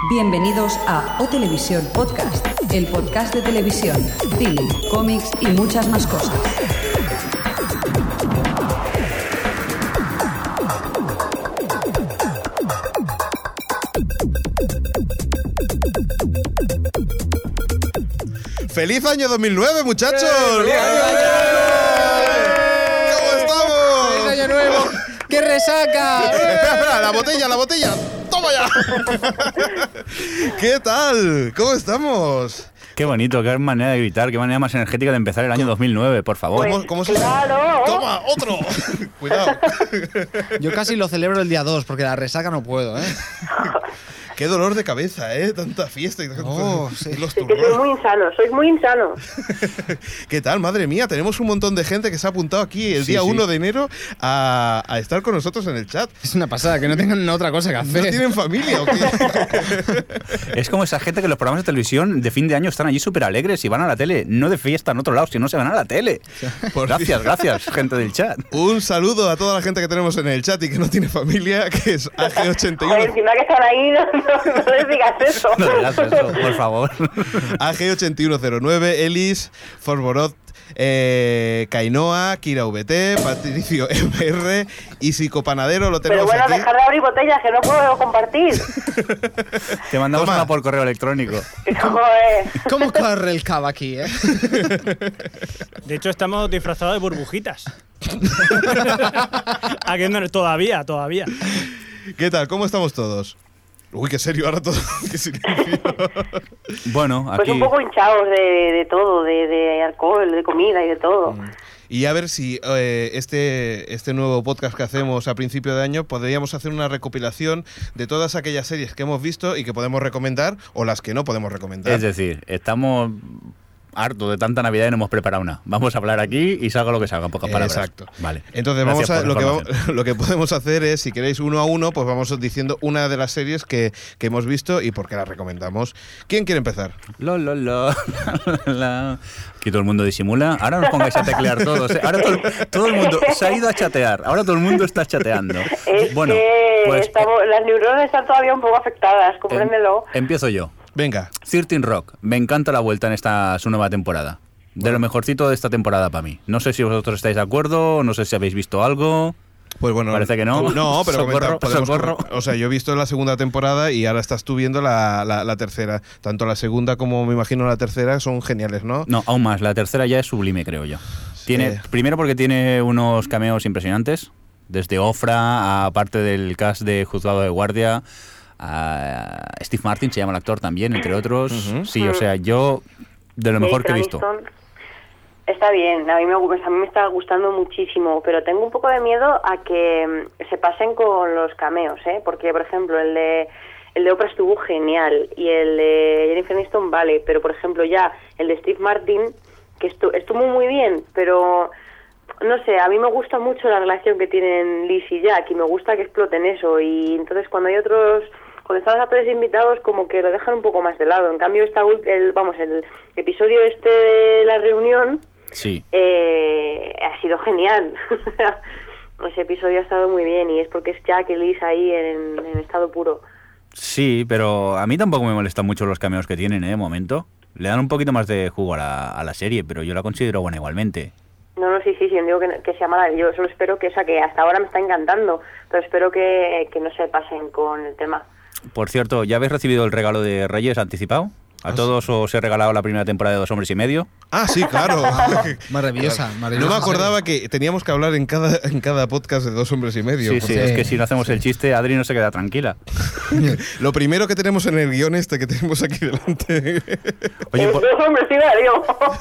Bienvenidos a O Televisión Podcast, el podcast de televisión, cine, cómics y muchas más cosas. ¡Feliz año 2009, muchachos! ¡Feliz año! ¿Cómo estamos? ¡Feliz año nuevo! ¡Qué resaca! Espera, la botella. ¡Toma ya! ¿Qué tal? ¿Cómo estamos? Qué bonito, qué manera de gritar, qué manera más energética de empezar el año 2009, por favor. ¿Cómo se ¡Claro! ¡Toma, otro! Cuidado. Yo casi lo celebro el día 2, porque la resaca no puedo, ¿eh? Qué dolor de cabeza, ¿eh? Tanta fiesta y sí. los Es que sois muy insano. ¿Qué tal? Madre mía, tenemos un montón de gente que se ha apuntado aquí el día 1 de enero a estar con nosotros en el chat. Es una pasada, que no tengan otra cosa que hacer. ¿No tienen familia o qué? Es como esa gente que los programas de televisión de fin de año están allí súper alegres y van a la tele, no de fiesta en otro lado, sino se van a la tele. Gracias, gente del chat. Un saludo a toda la gente que tenemos en el chat y que no tiene familia, que es AG81. Joder, encima que están ahí, no les digas eso. No digas eso, por favor. AG8109, Elis, Forsborod, Kainoa, Kira VT, Patricio MR y Psicopanadero lo tenemos Pero bueno, aquí. dejar de abrir botellas, que no puedo compartir. Te mandamos Toma. una por correo electrónico. Joder. ¿Cómo corre el cava aquí, eh? De hecho, estamos disfrazados de burbujitas. ¿A qué no? Todavía. ¿Qué tal? ¿Cómo estamos todos? Uy, qué serio ahora todo. Qué silencio. Bueno, Pues aquí... un poco hinchados de todo, de alcohol, de comida y de todo. Y a ver si este nuevo podcast que hacemos a principio de año podríamos hacer una recopilación de todas aquellas series que hemos visto y que podemos recomendar o las que no podemos recomendar. Es decir, estamos hartos de tanta Navidad y no hemos preparado una. Vamos a hablar aquí y salga lo que salga, en pocas palabras. Exacto. Vale. Entonces Gracias por la lo que podemos hacer es, si queréis uno a uno, pues vamos diciendo una de las series que hemos visto y por qué las recomendamos. ¿Quién quiere empezar? Lo. Aquí todo el mundo disimula. Ahora nos pongáis a teclear todos. ¿Eh? Ahora todo el mundo se ha ido a chatear. Ahora todo el mundo está chateando. Es Bueno, que pues las neuronas están todavía un poco afectadas, compréndelo. empiezo yo. Venga. 13 Rock. Me encanta la vuelta en su nueva temporada. De lo mejorcito de esta temporada para mí. No sé si vosotros estáis de acuerdo, no sé si habéis visto algo. Pues bueno, Parece que no. No, pero Socorro. O sea, yo he visto la segunda temporada y ahora estás tú viendo la tercera. Tanto la segunda como me imagino la tercera son geniales, ¿no? No, aún más. La tercera ya es sublime, creo yo. Primero porque tiene unos cameos impresionantes. Desde Ofra a parte del cast de Juzgado de Guardia. Steve Martin se llama el actor también, entre otros. Uh-huh. Sí, o sea, yo de lo mejor que he visto. Está bien, a mí me está gustando muchísimo, pero tengo un poco de miedo a que se pasen con los cameos, ¿eh? Porque, por ejemplo, el de Oprah estuvo genial y el de Jennifer Aniston vale, pero, por ejemplo, ya el de Steve Martin, que estuvo muy bien, pero... No sé, a mí me gusta mucho la relación que tienen Liz y Jack y me gusta que exploten eso y entonces cuando están los actores invitados como que lo dejan un poco más de lado. En cambio el episodio de la reunión sí. Ha sido genial. Ese episodio ha estado muy bien y es porque es Jack y Liz ahí en estado puro. Sí, pero a mí tampoco me molestan mucho los cameos que tienen, de momento. Le dan un poquito más de jugo a la serie, pero yo la considero buena igualmente. No, sí, yo digo que sea mala. Yo solo espero que hasta ahora me está encantando, pero espero que no se pasen con el tema. Por cierto, ¿ya habéis recibido el regalo de Reyes anticipado? ¿A todos os he regalado la primera temporada de 2 hombres y medio? Ah, sí, claro. Maravillosa. No me acordaba que teníamos que hablar en cada podcast de 2 hombres y medio. Sí, es que si no hacemos el chiste, Adri no se queda tranquila. Lo primero que tenemos en el guión que tenemos aquí delante. Oye, 2 hombres y medio.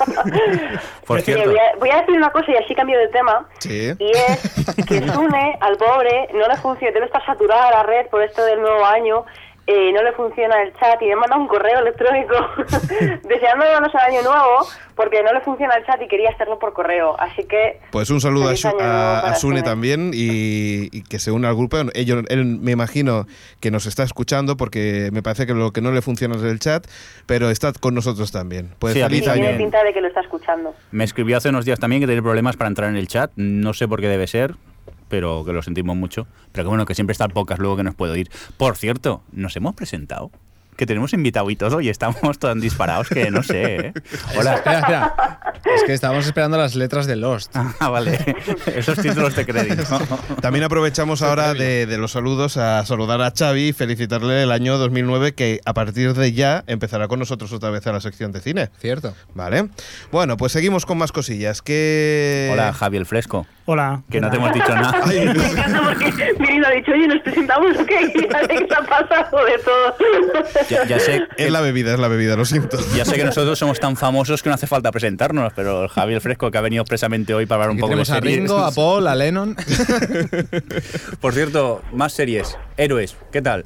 Por cierto. Voy a decir una cosa y así cambio de tema. Sí. Y es que Sune, al pobre, no le funciona, debe estar saturada la red por esto del nuevo año. No le funciona el chat y me manda un correo electrónico deseándonos el año nuevo porque no le funciona el chat y quería hacerlo por correo, así que... Pues un saludo a Sune Sune también y que se une al grupo. Él me imagino que nos está escuchando porque me parece que lo que no le funciona es el chat, pero está con nosotros también. Pues sí, feliz año. Tiene pinta de que lo está escuchando. Me escribió hace unos días también que tiene problemas para entrar en el chat, no sé por qué debe ser. Pero que lo sentimos mucho. Pero que bueno, que siempre está el podcast luego que nos puedo ir. Por cierto, ¿nos hemos presentado? que tenemos invitado y todo y estamos tan disparados que no sé, ¿eh? Hola. Espera. Es que estábamos esperando las letras de Lost. Ah, vale. Esos títulos de crédito. También aprovechamos ahora de los saludos a saludar a Xavi y felicitarle el año 2009, que a partir de ya empezará con nosotros otra vez a la sección de cine. Cierto. Vale. Bueno, pues seguimos con más cosillas. Hola, Javi el Fresco. Hola. Que no te hemos dicho nada. Me encanta porque Mirindo ha dicho, oye, nos presentamos, ¿ok? Y Alex ha pasado de todo. Ya sé. Es la bebida, lo siento. Ya sé que nosotros somos tan famosos que no hace falta presentarnos, pero el Javi el Fresco, que ha venido expresamente hoy para hablar un Aquí poco de tenemos a series. Ringo, a Paul, a Lennon. Por cierto, más series. Héroes, ¿qué tal?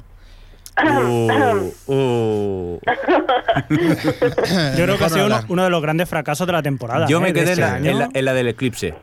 Yo creo que ha sido uno de los grandes fracasos de la temporada. Yo me quedé de este año. en la del Eclipse.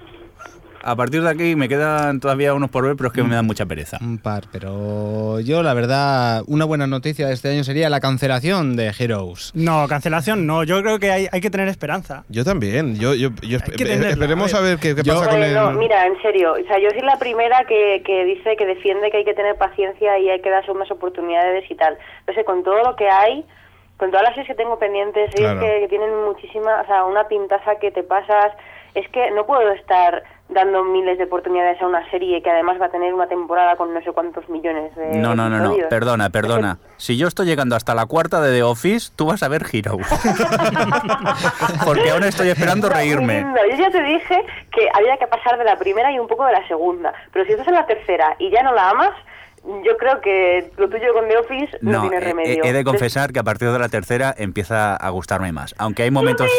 A partir de aquí me quedan todavía unos por ver, pero es que me dan mucha pereza. Un par, pero yo la verdad, una buena noticia de este año sería la cancelación de Heroes. No, cancelación no. Yo creo que hay que tener esperanza. Yo también. que tenerla, esperemos a ver qué pasa con No, el... mira, en serio, o sea, yo soy la primera que dice, que defiende que hay que tener paciencia y hay que darse unas oportunidades y tal. No sé, con todo lo que hay, con todas las series que tengo pendientes, Claro. que tienen muchísima, o sea, una pintaza que te pasas, es que no puedo estar dando miles de oportunidades a una serie que además va a tener una temporada con no sé cuántos millones de No, episodios. perdona. Si yo estoy llegando hasta la cuarta de The Office, tú vas a ver Heroes. Porque aún estoy esperando reírme. No, yo ya te dije que había que pasar de la primera y un poco de la segunda, pero si estás en la tercera y ya no la amas, yo creo que lo tuyo con The Office no tiene remedio. He de confesar que a partir de la tercera empieza a gustarme más. Aunque hay momentos...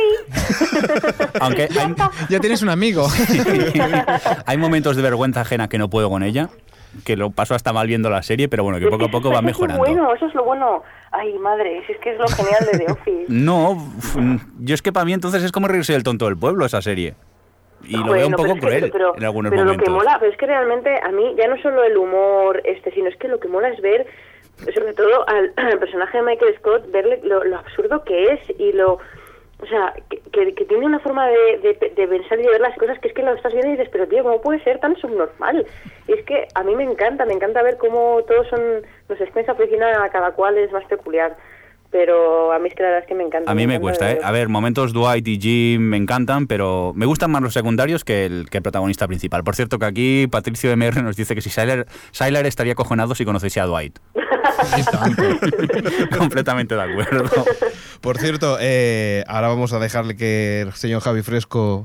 Aunque Ya tienes un amigo. hay momentos de vergüenza ajena que no puedo con ella, que lo paso hasta mal viendo la serie, pero bueno, que poco a poco va mejorando. Eso es lo bueno. Ay, madre, si es que es lo genial de The Office. No, yo es que para mí entonces es como reírse del tonto del pueblo esa serie. Y lo veo un poco cruel en algunos momentos. Lo que mola, pero es que realmente a mí ya no solo el humor sino es que lo que mola es ver, sobre todo al personaje de Michael Scott, verle lo absurdo que es y lo... O sea, que tiene una forma de pensar y de ver las cosas que es que lo estás viendo y dices, pero tío, ¿cómo puede ser tan subnormal? Y es que a mí me encanta ver cómo todos son, no sé, es que en esa oficina cada cual es más peculiar. Pero a mí es que la verdad es que me encanta. A mí me cuesta, ¿eh? A ver, momentos Dwight y Jim me encantan, pero me gustan más los secundarios que el protagonista principal. Por cierto, que aquí Patricio MR nos dice que si Sylar estaría cojonado si conociese a Dwight. Completamente de acuerdo. Por cierto, ahora vamos a dejarle que el señor Javi Fresco,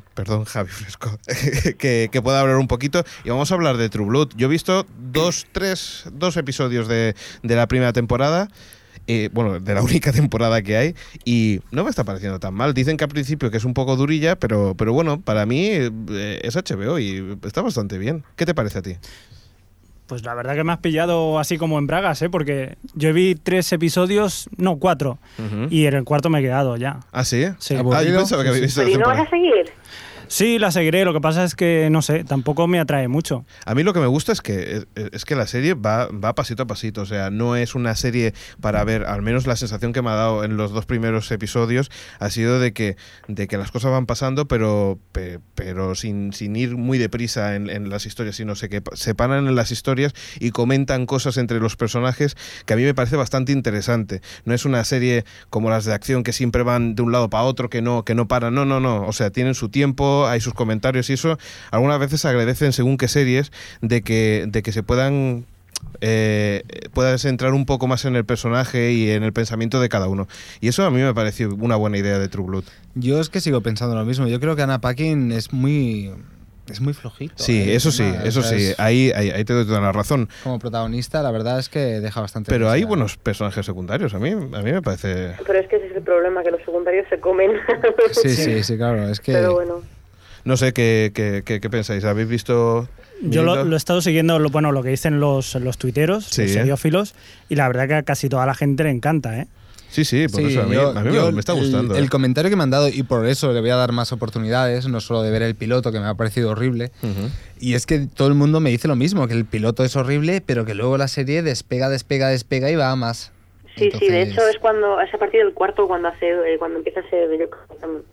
que pueda hablar un poquito, y vamos a hablar de True Blood. Yo he visto dos episodios de la primera temporada. Bueno, de la única temporada que hay, y no me está pareciendo tan mal. Dicen que al principio que es un poco durilla, pero bueno, para mí es HBO y está bastante bien. ¿Qué te parece a ti? Pues la verdad que me has pillado así como en bragas, porque yo vi 3 episodios, no, 4, y en el cuarto me he quedado ya. ¿Ah, sí? Sí. Ah, yo pensaba que había visto ¿Pero y no vas a seguir? Sí, la seguiré, lo que pasa es que, no sé, tampoco me atrae mucho. A mí lo que me gusta es que la serie va pasito a pasito, o sea, no es una serie para ver, al menos la sensación que me ha dado en los 2 primeros episodios ha sido de que las cosas van pasando, pero sin ir muy deprisa en las historias, sino que se paran en las historias y comentan cosas entre los personajes que a mí me parece bastante interesante. No es una serie como las de acción que siempre van de un lado para otro, que no paran, no, o sea, tienen su tiempo, hay sus comentarios y eso. Algunas veces agradecen, según qué series, de que se puedas entrar un poco más en el personaje y en el pensamiento de cada uno. Y eso a mí me pareció una buena idea de True Blood. Yo es que sigo pensando lo mismo. Yo creo que Anna Paquin es muy flojito. Sí, eso sí. Ahí te doy toda la razón. Como protagonista, la verdad es que deja bastante... Pero hay buenos personajes secundarios. A mí me parece... Pero es que ese es el problema, que los secundarios se comen. Sí, claro. Es que... Pero bueno. No sé, ¿qué pensáis? ¿Habéis visto...? Yo lo he estado siguiendo, lo que dicen los tuiteros, sí, los seriófilos, y la verdad que a casi toda la gente le encanta, ¿eh? Sí, por eso a mí me está gustando. El comentario que me han dado, y por eso le voy a dar más oportunidades, no solo de ver el piloto, que me ha parecido horrible, y es que todo el mundo me dice lo mismo, que el piloto es horrible, pero que luego la serie despega y va a más. Sí, entonces... sí, de hecho es a partir del cuarto cuando empieza a ser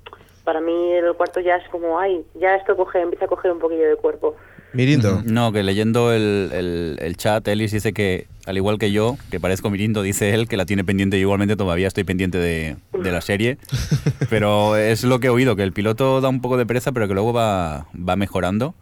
para mí el cuarto ya es como, ya esto empieza a coger un poquillo de cuerpo. Mirindo. No, que leyendo el chat, Ellis dice que, al igual que yo, que parezco Mirindo, dice él que la tiene pendiente. Yo igualmente todavía estoy pendiente de la serie. Pero es lo que he oído, que el piloto da un poco de pereza, pero que luego va mejorando.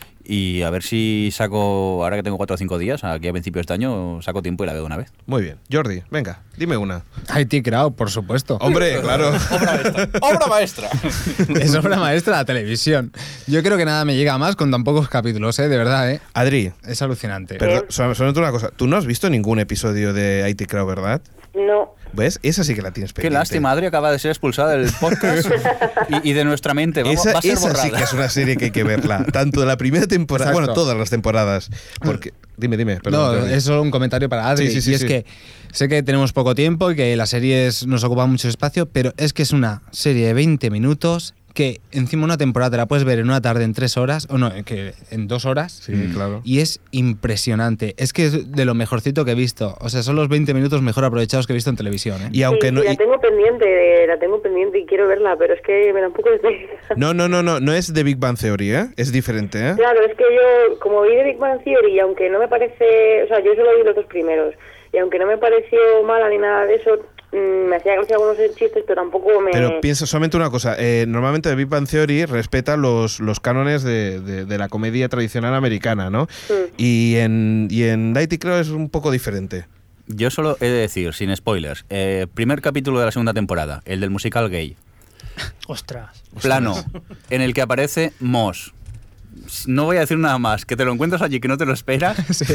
Y a ver si saco, ahora que tengo 4 o 5 días, aquí a principios de año, saco tiempo y la veo de una vez. Muy bien. Jordi, venga, dime una. IT Crowd, por supuesto. Hombre, claro. ¡Obra maestra! Es obra maestra de la televisión. Yo creo que nada me llega más con tan pocos capítulos, de verdad, Adri, es alucinante. perdón, solamente una cosa. Tú no has visto ningún episodio de IT Crowd, ¿verdad? No. ¿Ves? Esa sí que la tienes Qué pendiente. lástima, Adri acaba de ser expulsada del podcast y de nuestra mente. Va a ser Esa borrada. sí que es una serie que hay que verla. Tanto de la primera temporada, Exacto. bueno, todas las temporadas. Porque, dime, perdón. No, Jordi. es solo un comentario para Adri. Sí, y es sí. que sé que tenemos poco tiempo y que las series nos ocupan mucho espacio, pero es que es una serie de 20 minutos que encima una temporada te la puedes ver en una tarde en 3 horas, o no, que en 2 horas. Sí, claro. Y es impresionante. Es que es de lo mejorcito que he visto. O sea, son los 20 minutos mejor aprovechados que he visto en televisión. Y aunque sí, no... la tengo pendiente y quiero verla, pero es que me da un poco de pereza. No es de Big Bang Theory, ¿eh? Es diferente, ¿eh? Claro, es que yo, como vi de Big Bang Theory, y aunque no me parece, o sea, yo solo vi los 2 primeros, y aunque no me pareció mala ni nada de eso, me hacía gracia algunos chistes, pero tampoco me... Pero piensa solamente una cosa, normalmente The Big Bang Theory respeta los cánones de la comedia tradicional americana, ¿no? Y en IT Crowd es un poco diferente. Yo solo he de decir, sin spoilers, primer capítulo de la segunda temporada, el del musical gay. Ostras. Plano, en el que aparece Moss. No voy a decir nada más, que te lo encuentras allí, que no te lo esperas.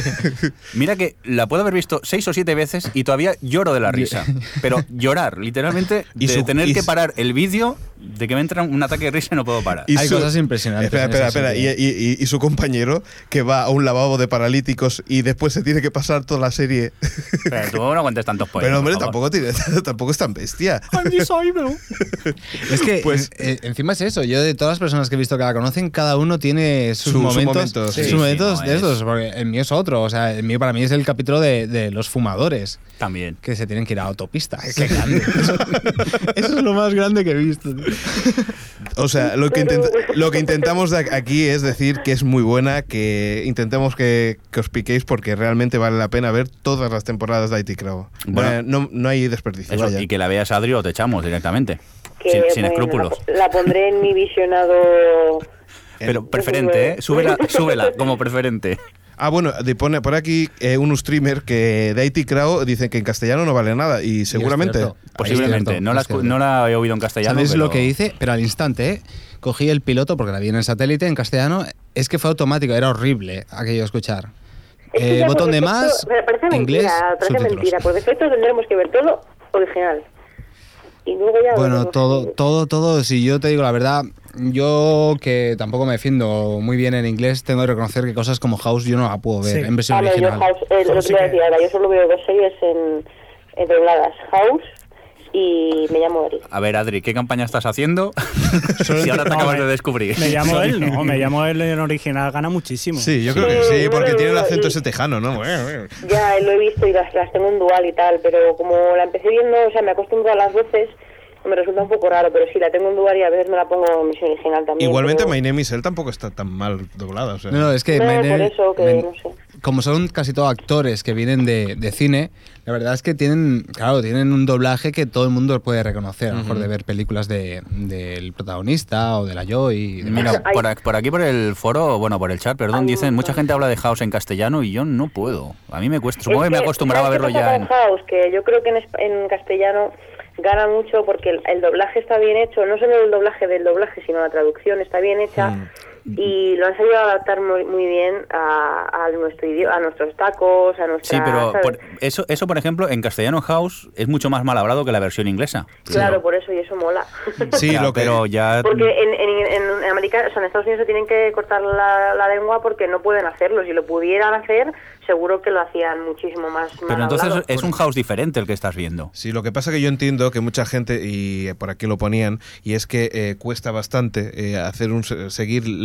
Mira que la puedo haber visto 6 o 7 veces y todavía lloro de la risa. Pero llorar, literalmente, de tener que parar el vídeo, de que me entra un ataque de risa y no puedo parar. Hay cosas impresionantes. Espera. Y su compañero, que va a un lavabo de paralíticos y después se tiene que pasar toda la serie. Pero tú no cuentes tantos spoilers. Pero, hombre, por favor. tampoco es tan bestia. Es que Pues- encima es eso. Yo de todas las personas que he visto que la conocen, cada uno tiene sus Sus momentos, momentos, sus sí. momentos Sí, de no estos. Porque el mío es otro. O sea, el mío para mí es el capítulo de los fumadores También. que se tienen que ir a la autopista. Qué grande. Eso es lo más grande que he visto. O sea, lo que intentamos aquí es decir que es muy buena, que intentemos que os piquéis porque realmente vale la pena ver todas las temporadas de IT Crowd. Bueno, No hay desperdicio. Eso, vaya. y que la veas, Adri, o te echamos directamente. que, Sin bueno, escrúpulos. La pondré en mi visionado... Pero preferente, ¿eh? Súbela como preferente. Ah, bueno, pone por aquí un streamer que de IT Crowd dice que en castellano no vale nada y seguramente... cierto. Posiblemente. Ahí es no, cierto. no la he oído en castellano. ¿Sabéis pero... lo que hice? Pero al instante, cogí el piloto porque la vi en el satélite en castellano. Es que fue automático, era horrible aquello de escuchar. Es que ya Botón por de defecto- más, me parece inglés, mentira, parece subtítulos. mentira. Por defecto tendremos que ver todo original. Y luego ya... Bueno, veremos. todo. Si yo te digo la verdad, yo que tampoco me defiendo muy bien en inglés, tengo que reconocer que cosas como House yo no la puedo ver Sí. en versión Ah, no, yo original. House, lo que House sí iba a que- decir ahora, yo solo veo 2 series en dobladas. House y Me llamo Eric. A ver, Adri, ¿qué campaña estás haciendo? Si ahora te No, acabas me- de descubrir. Me llamo él, no, me llamo él en original, gana muchísimo. Sí, yo creo que sí, porque tiene el acento ese tejano, ¿no? Ya lo he visto y las tengo en dual y tal, pero como la empecé viendo, o sea, me acostumbro a las voces, me resulta un poco raro, pero sí, la tengo en dual y a veces me la pongo en versión original también. Igualmente pero... My Name is Earl tampoco está tan mal doblada. O sea. No, es que No, My Name- por eso que no sé. como son casi todos actores que vienen de cine, la verdad es que tienen un doblaje que todo el mundo puede reconocer, a lo mejor de ver películas del protagonista o de la Joy. Mira, Ay. por aquí por el foro, bueno, por el chat, perdón, Ay, dicen, un mucha montón. gente habla de House en castellano y yo no puedo. A mí me cuesta, supongo que me he acostumbrado a ¿sabes verlo qué pasa ya con en... House, que yo creo que en castellano gana mucho porque el doblaje está bien hecho, no solo el doblaje del doblaje, sino la traducción está bien hecha y lo han sabido adaptar muy bien a nuestro idioma, a nuestros tacos, a nuestra... Sí, pero ¿sabes? eso, por ejemplo, en castellano House es mucho más mal hablado que la versión inglesa. Claro, por eso, y eso mola. Sí, Ya, lo que... pero ya... Porque en América, o sea, en Estados Unidos se tienen que cortar la lengua porque no pueden hacerlo. Si lo pudieran hacer, seguro que lo hacían muchísimo más. Pero entonces es un House diferente el que estás viendo. Sí, lo que pasa que yo entiendo que mucha gente, y por aquí lo ponían, y es que cuesta bastante seguir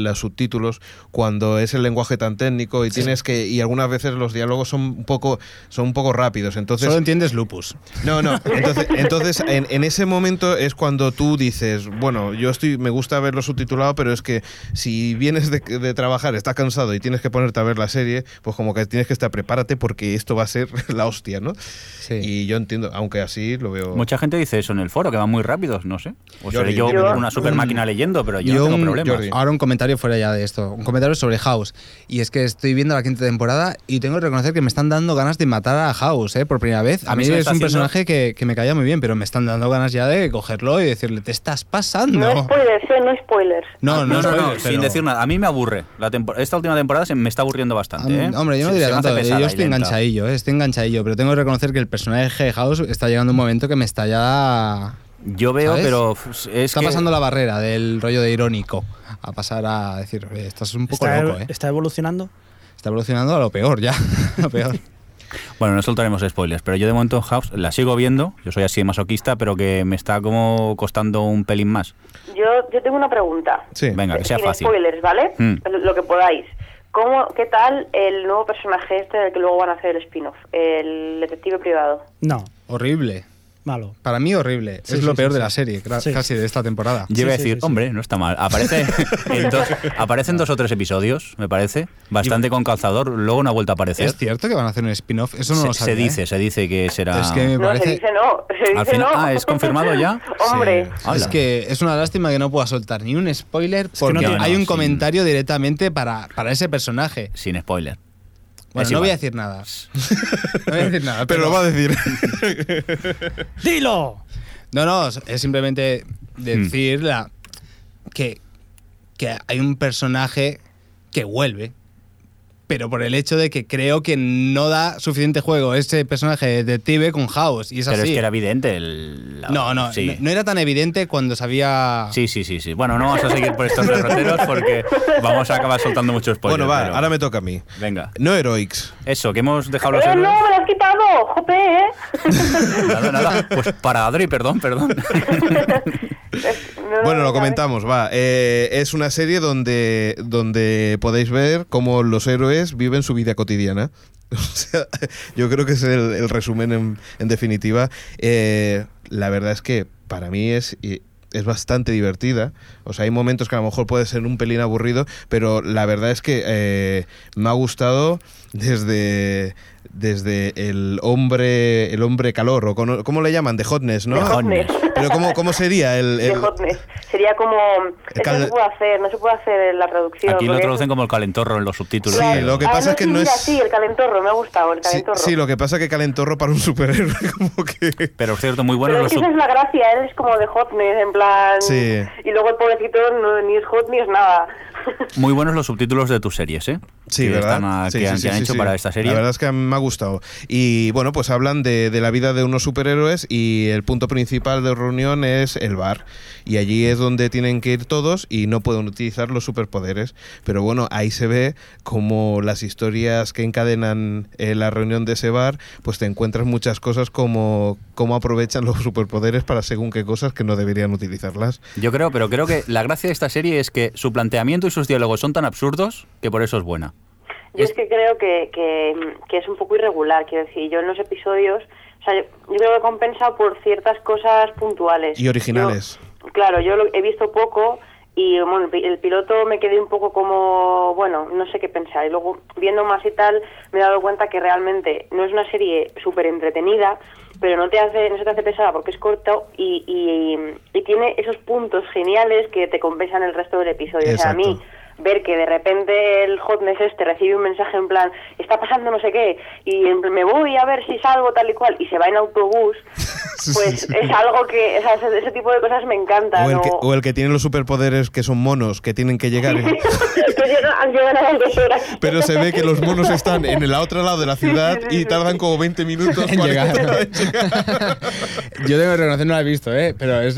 los subtítulos cuando es el lenguaje tan técnico y tienes que y algunas veces los diálogos son un poco rápidos. Entonces solo entiendes lupus. No. Entonces en ese momento es cuando tú dices, bueno, me gusta verlo subtitulado, pero es que si vienes de trabajar, estás cansado y tienes que ponerte a ver la serie, pues como que tienes que estar prepárate porque esto va a ser la hostia, ¿no? Sí. Y yo entiendo, aunque así lo veo. Mucha gente dice eso en el foro, que van muy rápidos, no sé. O sea, Jordi, yo yo- una super máquina leyendo, pero yo no tengo problemas. Jordi. Ahora un comentario fuera ya de esto. Un comentario sobre House. Y es que estoy viendo la 5ª temporada y tengo que reconocer que me están dando ganas de matar a House, por primera vez. A mí se me es está un haciendo- personaje que me caía muy bien, pero me están dando ganas ya de cogerlo y decirle, te estás pasando. No spoilers, no spoilers. No, No, spoilers, sin pero- decir nada. A mí me aburre. Esta última temporada me está aburriendo bastante, ¿eh? Hombre, yo no Se- diría se me hace tanto, pesada yo y estoy lenta. enganchadillo, pero tengo que reconocer que el personaje de House está llegando a un momento que me está ya... Yo veo, ¿Sabes? pero es Está que pasando la barrera del rollo de irónico a pasar a decir, oye, estás un poco loco, ¿eh? ¿Está evolucionando? Está evolucionando a lo peor ya, a lo peor. Bueno, no soltaremos spoilers, pero yo de momento House la sigo viendo. Yo soy así de masoquista, pero que me está como costando un pelín más. Yo tengo una pregunta. Sí. Venga, que sea Sin fácil. spoilers, ¿vale? Mm. Lo que podáis. ¿Qué tal el nuevo personaje del que luego van a hacer el spin-off? El detective privado. No, Horrible. malo. Para mí horrible. Sí, es lo sí, peor sí, de sí. la serie, Sí. casi de esta temporada. Yo iba a sí, decir, sí, sí. hombre, no está mal. Aparecen 2 o 3 episodios, me parece. Bastante con calzador. Luego no ha vuelto a aparecer. ¿Es cierto que van a hacer un spin-off? Eso no lo se sabía. dice, se dice que será... Es que me No, parece... se dice no. Se Al dice final- no. ¿es confirmado ya? Hombre. Sí. Hala. Es que es una lástima que no pueda soltar ni un spoiler porque no tiene- hay un sin- comentario directamente para ese personaje. Sin spoiler. Bueno, Es no igual. voy a decir nada. No voy a decir nada. Pero lo va a decir. ¡Dilo! No, es simplemente decir que hay un personaje que vuelve, pero por el hecho de que creo que no da suficiente juego ese personaje de detective con House, y es Pero así. es que era evidente. Sí. No era tan evidente cuando sabía... Sí. Bueno, no vamos a seguir por estos derroteros porque vamos a acabar soltando muchos spoilers. Bueno, va, pero- ahora me toca a mí. Venga. No Heroics. Eso, que hemos dejado los No, héroes. me lo has quitado. ¡Jope, Nada. Pues para Adri, perdón. Bueno, lo comentamos, va. Es una serie donde podéis ver cómo los héroes viven su vida cotidiana. O sea, yo creo que es el resumen en definitiva. La verdad es que para mí es bastante divertida. O sea, hay momentos que a lo mejor puede ser un pelín aburrido, pero la verdad es que me ha gustado desde el hombre calor, o ¿cómo le llaman? De hotness, ¿no? De hotness. Pero ¿cómo sería De hotness. Sería como... Eso no se puede hacer en la traducción. Aquí lo porque traducen eso- como el calentorro en los subtítulos. Sí, pero- lo que pasa es que no mira, es... Sí, el calentorro, me ha gustado, el Sí, calentorro. sí, lo que pasa es que calentorro para un superhéroe como que... Pero es cierto, muy bueno Pero los es que esa es la gracia, él es como de hotness, en plan... Sí. Y luego el pobrecito ni es hot ni es nada. muy buenos los subtítulos de tus series, ¿eh? Sí, que ¿verdad? están, Sí, que sí, han, sí, que han sí, hecho sí. para esta serie. La verdad es que me ha gustado. Y bueno, pues hablan de la vida de unos superhéroes y el punto principal de reunión es el bar. Y allí es donde tienen que ir todos y no pueden utilizar los superpoderes. Pero bueno, ahí se ve como las historias que encadenan la reunión de ese bar, pues te encuentras muchas cosas como cómo aprovechan los superpoderes para según qué cosas que no deberían utilizarlas. Yo creo que la gracia de esta serie es que su planteamiento y sus diálogos son tan absurdos que por eso es buena. Yo es que creo que es un poco irregular, quiero decir, yo en los episodios, o sea, yo creo que compensa por ciertas cosas puntuales. Y originales. Claro, yo he visto poco y bueno, el piloto me quedé un poco como, bueno, no sé qué pensar. Y luego, viendo más y tal, me he dado cuenta que realmente no es una serie súper entretenida, pero no se te hace pesada porque es corto y tiene esos puntos geniales que te compensan el resto del episodio. O sea, a Exacto. mí ver que de repente el hotness recibe un mensaje en plan, está pasando no sé qué, y me voy a ver si salgo tal y cual, y se va en autobús, pues es algo que, o sea, ese tipo de cosas me encantan. O el que tiene los superpoderes que son monos, que tienen que llegar... Pues llegan a las 2 horas. Pero se ve que los monos están en el otro lado de la ciudad y tardan como 20 minutos En 40 llegar. en llegar. Yo tengo que reconocer, no la he visto, pero es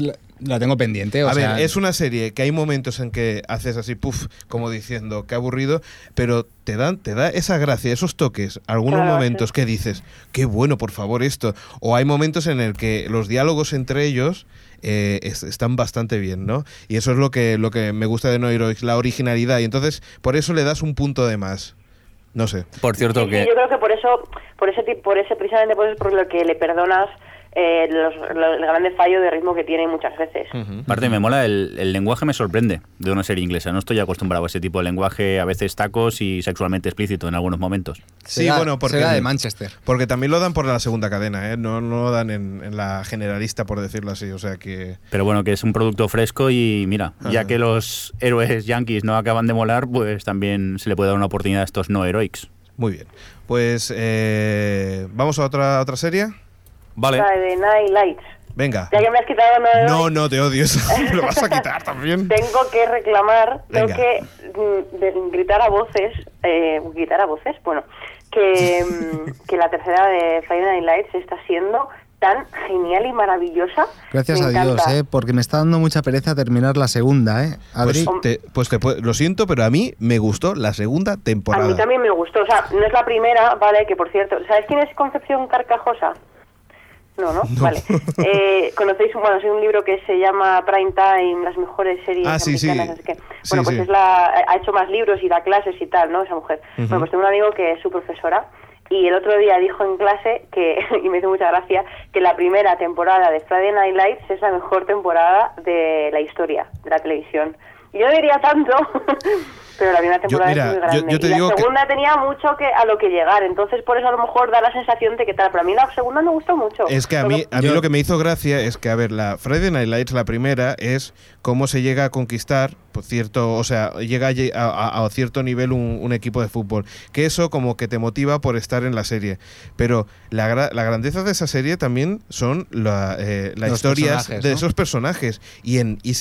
La tengo pendiente. A ver, es una serie que hay momentos en que haces así, puff, como diciendo, qué aburrido, pero te da esa gracia, esos toques, algunos momentos que dices, qué bueno, por favor, esto. O hay momentos en el que los diálogos entre ellos están bastante bien, ¿no? Y eso es lo que me gusta de No Heroics, la originalidad. Y entonces, por eso le das un punto de más. No sé. Por cierto que... Yo creo que precisamente por eso es por lo que le perdonas los grandes fallos de ritmo que tiene muchas veces. Aparte, me mola, el lenguaje me sorprende de una serie inglesa. No estoy acostumbrado a ese tipo de lenguaje, a veces tacos y sexualmente explícito en algunos momentos. Sí, bueno, porque será de Manchester. Porque también lo dan por la segunda cadena, ¿eh? No lo dan en la generalista, por decirlo así. O sea que... Pero bueno, que es un producto fresco y mira, ya que los héroes yankees no acaban de molar, pues también se le puede dar una oportunidad a estos No Heroics. Muy bien. Pues vamos a otra serie. Vale. Friday Night Lights. Venga. Ya que me has quitado No, te odio eso. ¿Me lo vas a quitar también? Tengo que reclamar, Venga. tengo que gritar a voces, bueno, que la tercera de Friday Night Lights está siendo tan genial y maravillosa. Gracias Me a Dios, encanta. porque me está dando mucha pereza terminar la segunda, Adri. Lo siento, pero a mí me gustó la segunda temporada. A mí también me gustó, o sea, no es la primera, vale, que por cierto, ¿sabes quién es Concepción Carcajosa? No. Vale. ¿Conocéis es un libro que se llama Prime Time, las mejores series americanas? No sé qué. Bueno, pues ha hecho más libros y da clases y tal, ¿no? Esa mujer. Bueno, pues tengo un amigo que es su profesora y el otro día dijo en clase y me hizo mucha gracia, que la primera temporada de Friday Night Lights es la mejor temporada de la historia de la televisión. Y yo no diría tanto, pero la primera temporada es muy grande. Yo y la segunda tenía mucho a lo que llegar, entonces por eso a lo mejor da la sensación de que tal. Pero a mí la segunda me gustó mucho. Es que a mí lo que me hizo gracia es que, a ver, la Friday Night Lights, la primera, es cómo se llega a conquistar, por cierto, o sea, llega a cierto nivel un equipo de fútbol. Que eso como que te motiva por estar en la serie. Pero la grandeza de esa serie también son las historias de esos personajes. Y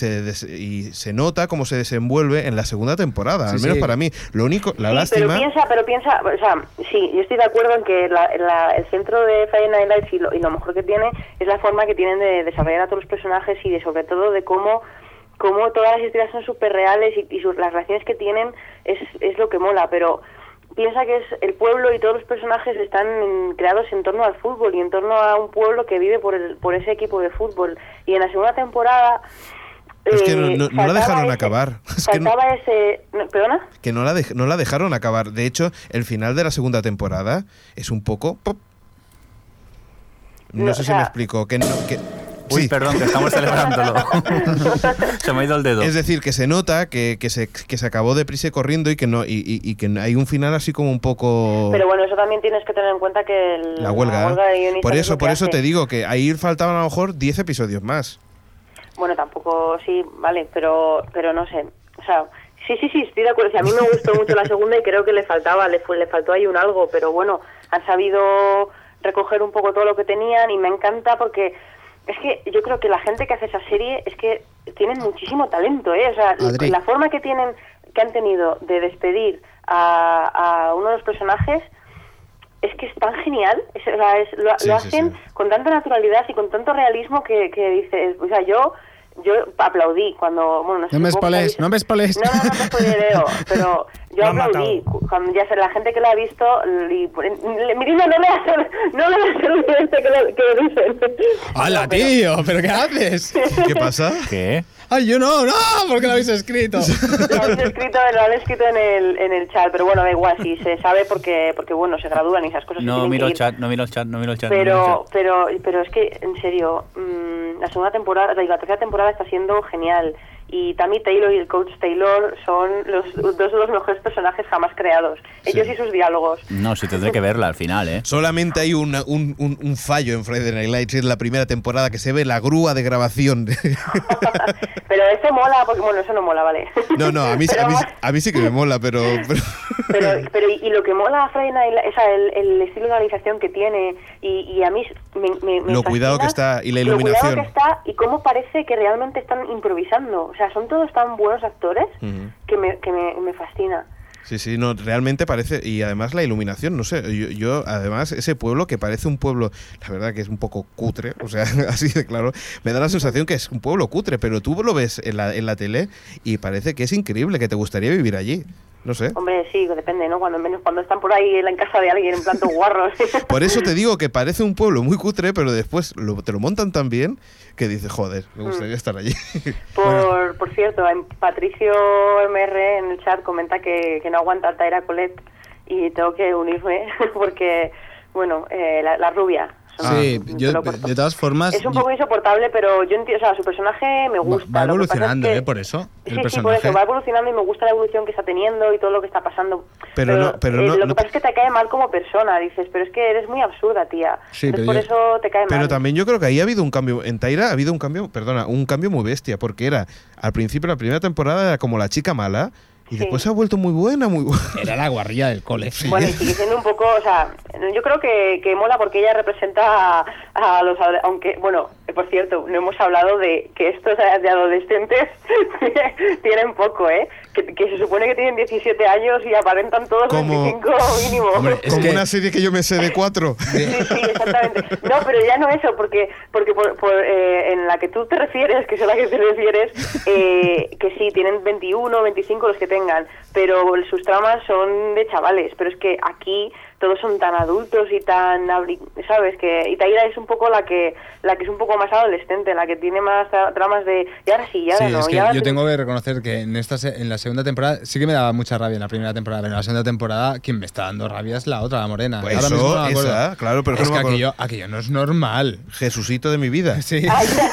se nota cómo se desenvuelve en la segunda temporada, al menos para mí. Lo único, la lástima... Pero piensa, o sea, sí, yo estoy de acuerdo en que el centro de Friday Night Lights y lo mejor que tiene es la forma que tienen de desarrollar a todos los personajes y sobre todo de cómo todas las historias son súper reales y las relaciones que tienen es lo que mola, pero piensa que es el pueblo y todos los personajes están creados en torno al fútbol y en torno a un pueblo que vive por ese equipo de fútbol. Y en la segunda temporada... Es que no la dejaron acabar. ¿Perdona? Que no la dejaron acabar. De hecho, el final de la segunda temporada es un poco... No sé si me explico. Uy, perdón, que estamos celebrándolo. Se me ha ido el dedo. Es decir, que se nota que se acabó deprisa y corriendo y que hay un final así como un poco... Pero bueno, eso también tienes que tener en cuenta que la huelga de guionistas por eso te digo que ahí faltaban a lo mejor 10 episodios más. Bueno, tampoco, sí, vale, pero no sé. O sea, sí, estoy de acuerdo. O sea, a mí me gustó mucho la segunda y creo que le faltó ahí un algo, pero bueno, han sabido recoger un poco todo lo que tenían y me encanta porque es que yo creo que la gente que hace esa serie es que tienen muchísimo talento, ¿eh? O sea, Adri, la forma que han tenido de despedir a uno de los personajes es que es tan genial, lo hacen con tanta naturalidad y con tanto realismo que dices, o sea, yo aplaudí cuando, bueno, no me spoilees. No te spoileo, pero yo aplaudí cuando ya sé, la gente que la ha visto Mirina, no le hace evidente que lo dicen. ¡Hala, tío! ¿Pero qué haces? ¿Qué pasa? ¿Qué? ¡Ay, yo no! ¿Por qué lo habéis escrito? Lo han escrito en el chat, pero bueno, da igual, si se sabe porque bueno, se gradúan y esas cosas. No miro el chat. Pero es que, en serio, la tercera temporada está siendo genial. Y Tammy Taylor y el coach Taylor son dos de los mejores personajes jamás creados. Ellos y sus diálogos. No, sí tendré que verla al final, ¿eh? Solamente hay un fallo en Friday Night Lights, es la primera temporada que se ve la grúa de grabación. Pero eso mola, porque bueno, eso no mola, ¿vale? No, a mí sí que me mola, pero y lo que mola a Friday Night Lights, o sea, el estilo de realización que tiene y a mí me lo fascina, cuidado que está y la iluminación. Lo cuidado que está y cómo parece que realmente están improvisando. O sea, son todos tan buenos actores que me fascina. Sí, no, realmente parece, y además la iluminación, no sé, yo además ese pueblo que parece un pueblo, la verdad que es un poco cutre, o sea, así de claro, me da la sensación que es un pueblo cutre, pero tú lo ves en la tele y parece que es increíble, que te gustaría vivir allí. No sé. Hombre, sí, depende, ¿no? Cuando están por ahí en casa de alguien en plan todos guarros. Por eso te digo que parece un pueblo muy cutre, pero después te lo montan tan bien que dices, joder, me gustaría estar allí. Por cierto, Patricio MR en el chat comenta que no aguanta a Taira Colette y tengo que unirme porque, bueno, la rubia. Sí, yo de todas formas... Es un poco insoportable, pero yo entiendo, o sea, su personaje me gusta. Va evolucionando, es que, por eso. Sí, por eso, va evolucionando y me gusta la evolución que está teniendo y todo lo que está pasando. Pero lo que pasa es que te cae mal como persona, dices, pero es que eres muy absurda, tía. Sí, entonces por eso te cae mal. Pero también yo creo que ahí ha habido un cambio, en Taira ha habido un cambio muy bestia, porque era, al principio, la primera temporada era como la chica mala, y después se ha vuelto muy buena, muy buena. Era la guarrilla del cole. Bueno, y sigue siendo un poco, o sea, yo creo que mola porque ella representa a los... Aunque, bueno, por cierto, no hemos hablado de que estos de adolescentes tienen poco, ¿eh? Que se supone que tienen 17 años y aparentan todos 25 mínimo. Hombre, es como que... una serie que yo me sé de 4. Sí, exactamente. No, pero ya no eso, porque en la que tú te refieres, que es a la que te refieres, que sí, tienen 21, 25 los que tengan, pero sus tramas son de chavales, pero es que aquí todos son tan adultos y tan, ¿sabes? Y Taira es un poco la que es un poco más adolescente, la que tiene más tramas de y ahora sí, y ahora sí, no. Es que ahora yo tengo que reconocer que en la segunda temporada sí que me daba mucha rabia en la primera temporada, pero en la segunda temporada quien me está dando rabia es la otra, la morena. Pues ahora mismo no me acuerdo. esa, claro, pero es no que aquello no es normal. Jesucito de mi vida. Sí.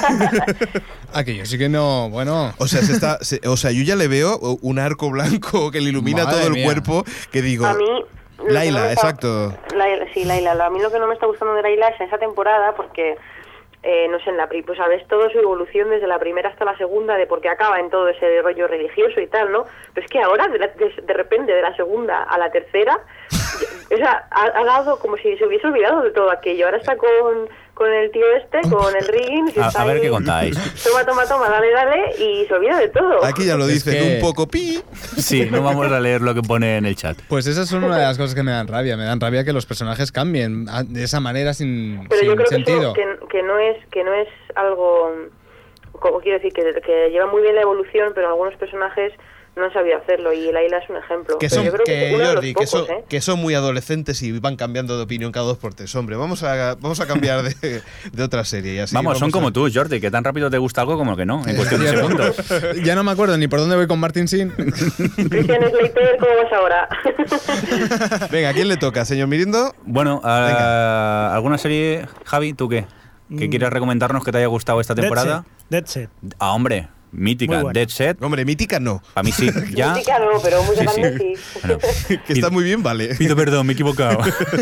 Aquello sí que no, bueno. O sea, yo ya le veo un arco blanco que le ilumina Madre todo el mía. cuerpo, que digo... A mí... Laila, exacto. Laila. A mí lo que no me está gustando de Laila es esa temporada porque, no sé, pues sabes todo su evolución desde la primera hasta la segunda, de por qué acaba en todo ese rollo religioso y tal, ¿no? Pero es que ahora, de repente, de la segunda a la tercera, o sea, ha dado como si se hubiese olvidado de todo aquello. Ahora está con el tío con el Riggins. A ver qué contáis. Toma, dale, y se olvida de todo. Aquí ya lo Es dicen, que- un poco pi. Sí, no vamos a leer lo que pone en el chat. Pues esas son una de las cosas que me dan rabia. Me dan rabia que los personajes cambien de esa manera sin Pero yo creo sentido. que que no es algo, como quiero decir, que lleva muy bien la evolución, pero algunos personajes no han sabido hacerlo y Laila es un ejemplo. Que Pero son, yo creo que es uno de los pocos, que son muy adolescentes y van cambiando de opinión cada 2 por 3. Hombre, vamos a cambiar de otra serie. Y así Vamos, son a- como tú, Jordi, que tan rápido te gusta algo como que no, en cuestión de segundos. Ya no me acuerdo ni por dónde voy con Martin Sin. Christian Slater, ¿cómo vas ahora? Venga, ¿a quién le toca? ¿Señor Mirindo? Bueno, ¿alguna serie, Javi, tú qué? ¿Qué quieres recomendarnos que te haya gustado esta temporada? Dead Set. Ah, hombre, mítica, Muy buena. Dead Set. Hombre, mítica no. Para mí sí, ya. Mítica no, pero muy grande sí. Bueno, Que está muy bien, vale. pido perdón, me he equivocado.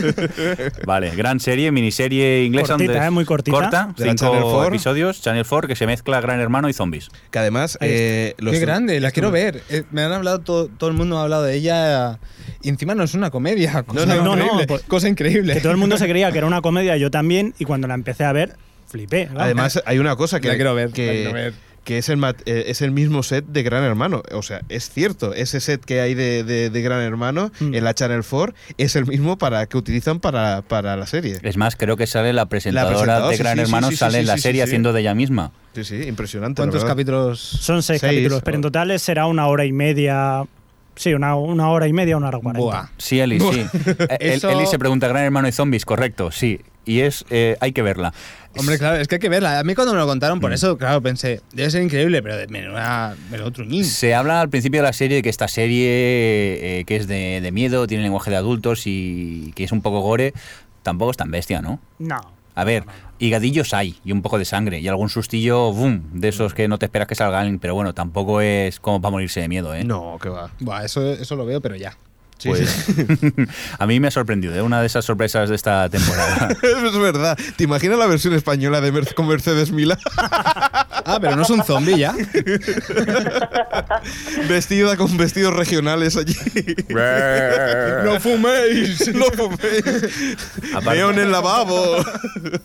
Vale, gran serie, miniserie inglesa. Cortita, muy cortita. Corta, De la Channel 5 4. episodios, Channel 4, que se mezcla Gran Hermano y zombies. Que además... Qué grande, la quiero ver. Me han hablado, todo el mundo ha hablado de ella. Y encima no es una comedia. Cosa no, increíble. pues- Cosa increíble. Que todo el mundo se creía que era una comedia, yo también, y cuando la empecé a ver, flipé. vamos. Además, hay una cosa que... La quiero ver, que- la quiero ver. que es el mismo set de Gran Hermano. O sea, es cierto, ese set que hay de Gran Hermano en la Channel 4 es el mismo que utilizan para la serie. Es más, creo que sale la presentadora presentadora, de sí, Gran sí, Hermano, sí, sale sí, en la sí, serie sí, sí. haciendo de ella misma. Sí, sí, impresionante. ¿Cuántos la verdad. capítulos? Son 6 Seis, capítulos, pero en total será 1 hora y media. Sí, una hora y media, 1 hora 40. Buah. Sí, Eli, sí. Eso- Eli se pregunta, Gran Hermano y zombies, correcto, sí. Y hay que verla. Hombre, claro, es que hay que verla. A mí cuando me lo contaron, por eso, claro, pensé, debe ser increíble, pero me lo truñín. Se habla al principio de la serie de que esta serie, que es de miedo, tiene lenguaje de adultos y que es un poco gore, tampoco es tan bestia, ¿no? No. A ver, higadillos hay y un poco de sangre y algún sustillo, boom, de esos que no te esperas que salgan, pero bueno, tampoco es como para morirse de miedo, ¿eh? No, que va. Buah, eso lo veo, pero ya. Sí, Pues, sí. a mí me ha sorprendido, ¿eh? Una de esas sorpresas de esta temporada. Es verdad. ¿Te imaginas la versión española de con Mercedes Milá? Ah, pero no es un zombie ya. Vestida con vestidos regionales allí. ¡No fuméis! No fuméis. Aparte- Veo en el lavabo.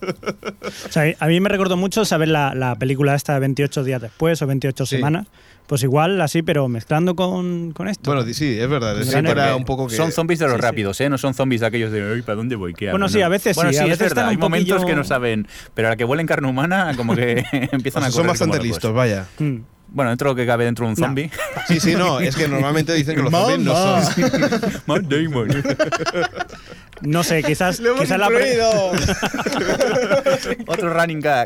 O sea, a mí me recordó mucho saber la película esta de 28 días después o 28 Sí. semanas, Pues igual así, pero mezclando con esto. Bueno, sí, es verdad. Es Gran que era héroe. un poco que... Son zombies de los Sí, rápidos, ¿eh? No son zombies de aquellos de, "Ay, ¿para dónde voy? ¿Qué hago?". Bueno, sí, No. a veces bueno, sí, sí, a es veces verdad. están Hay un momentos poquillo- que no saben, pero a la que huelen carne humana, como que empiezan a correr son bastante como locos. listos, vaya. Mm. Bueno, dentro de lo que cabe dentro de un zombie. Sí, no, es que normalmente dicen que los zombies no son... Matt Damon. No sé, quizás la Otro running gag.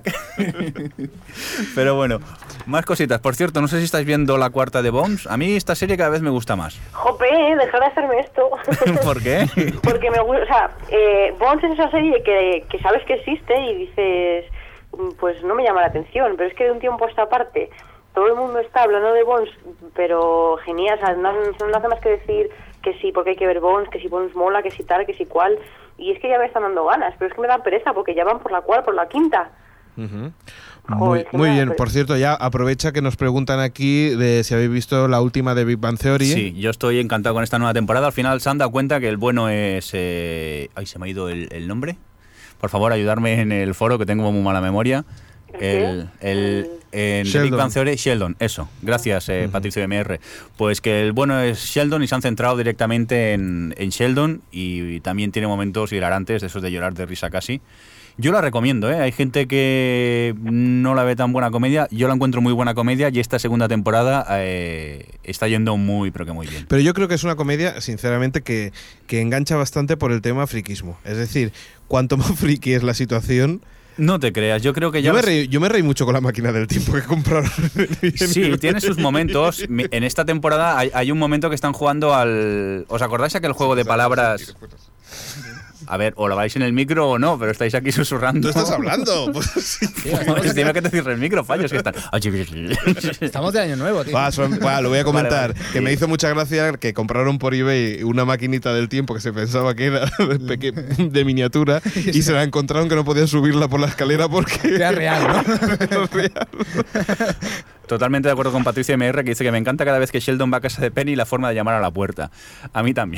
Pero bueno, más cositas. Por cierto, no sé si estáis viendo la cuarta de Bones. A mí esta serie cada vez me gusta más. Jope, dejar de hacerme esto. ¿Por qué? Porque me gusta, o sea, Bones es esa serie que sabes que existe y dices, pues no me llama la atención, pero es que de un tiempo a esta parte todo el mundo está hablando de Bones, pero genial, o sea, no hace más que decir que sí, porque hay que ver Bones, que si Bones mola, que si tal, que si cual, y es que ya me están dando ganas, pero es que me dan pereza porque ya van por la quinta. Ujú. Joder, Muy bien, pues- por cierto, ya aprovecha que nos preguntan aquí de si habéis visto la última de Big Bang Theory. Sí, yo estoy encantado con esta nueva temporada. Al final se han dado cuenta que el bueno es... Ay, se me ha ido el nombre. Por favor, ayudarme en el foro, que tengo muy mala memoria. En The Big Sheldon. Bang Theory, Sheldon, eso. Gracias, Patricio MR. Pues que el bueno es Sheldon y se han centrado directamente en Sheldon y también tiene momentos hilarantes, de esos de llorar de risa casi. Yo la recomiendo, ¿eh? Hay gente que no la ve tan buena comedia. Yo la encuentro muy buena comedia y esta segunda temporada está yendo muy, pero que muy bien. Pero yo creo que es una comedia, sinceramente, que engancha bastante por el tema friquismo. Es decir, cuanto más friki es la situación... No te creas, yo creo que ya... Yo me reí mucho con la máquina del tiempo que compraron. Sí, tiene sus momentos. En esta temporada hay un momento que están jugando al... ¿Os acordáis aquel juego de palabras? A ver, o lo vais en el micro o no, pero estáis aquí susurrando. ¿Tú estás hablando? Pues sí. Tiene que te cierre el micro, fallos que están. Estamos de año nuevo, tío. Lo voy a comentar. Vale. Que me hizo mucha gracia que compraron por eBay una maquinita del tiempo que se pensaba que era de miniatura y se la encontraron que no podían subirla por la escalera porque... Era real, ¿no? era real. Totalmente de acuerdo con Patricia MR, que dice que me encanta cada vez que Sheldon va a casa de Penny la forma de llamar a la puerta. A mí también.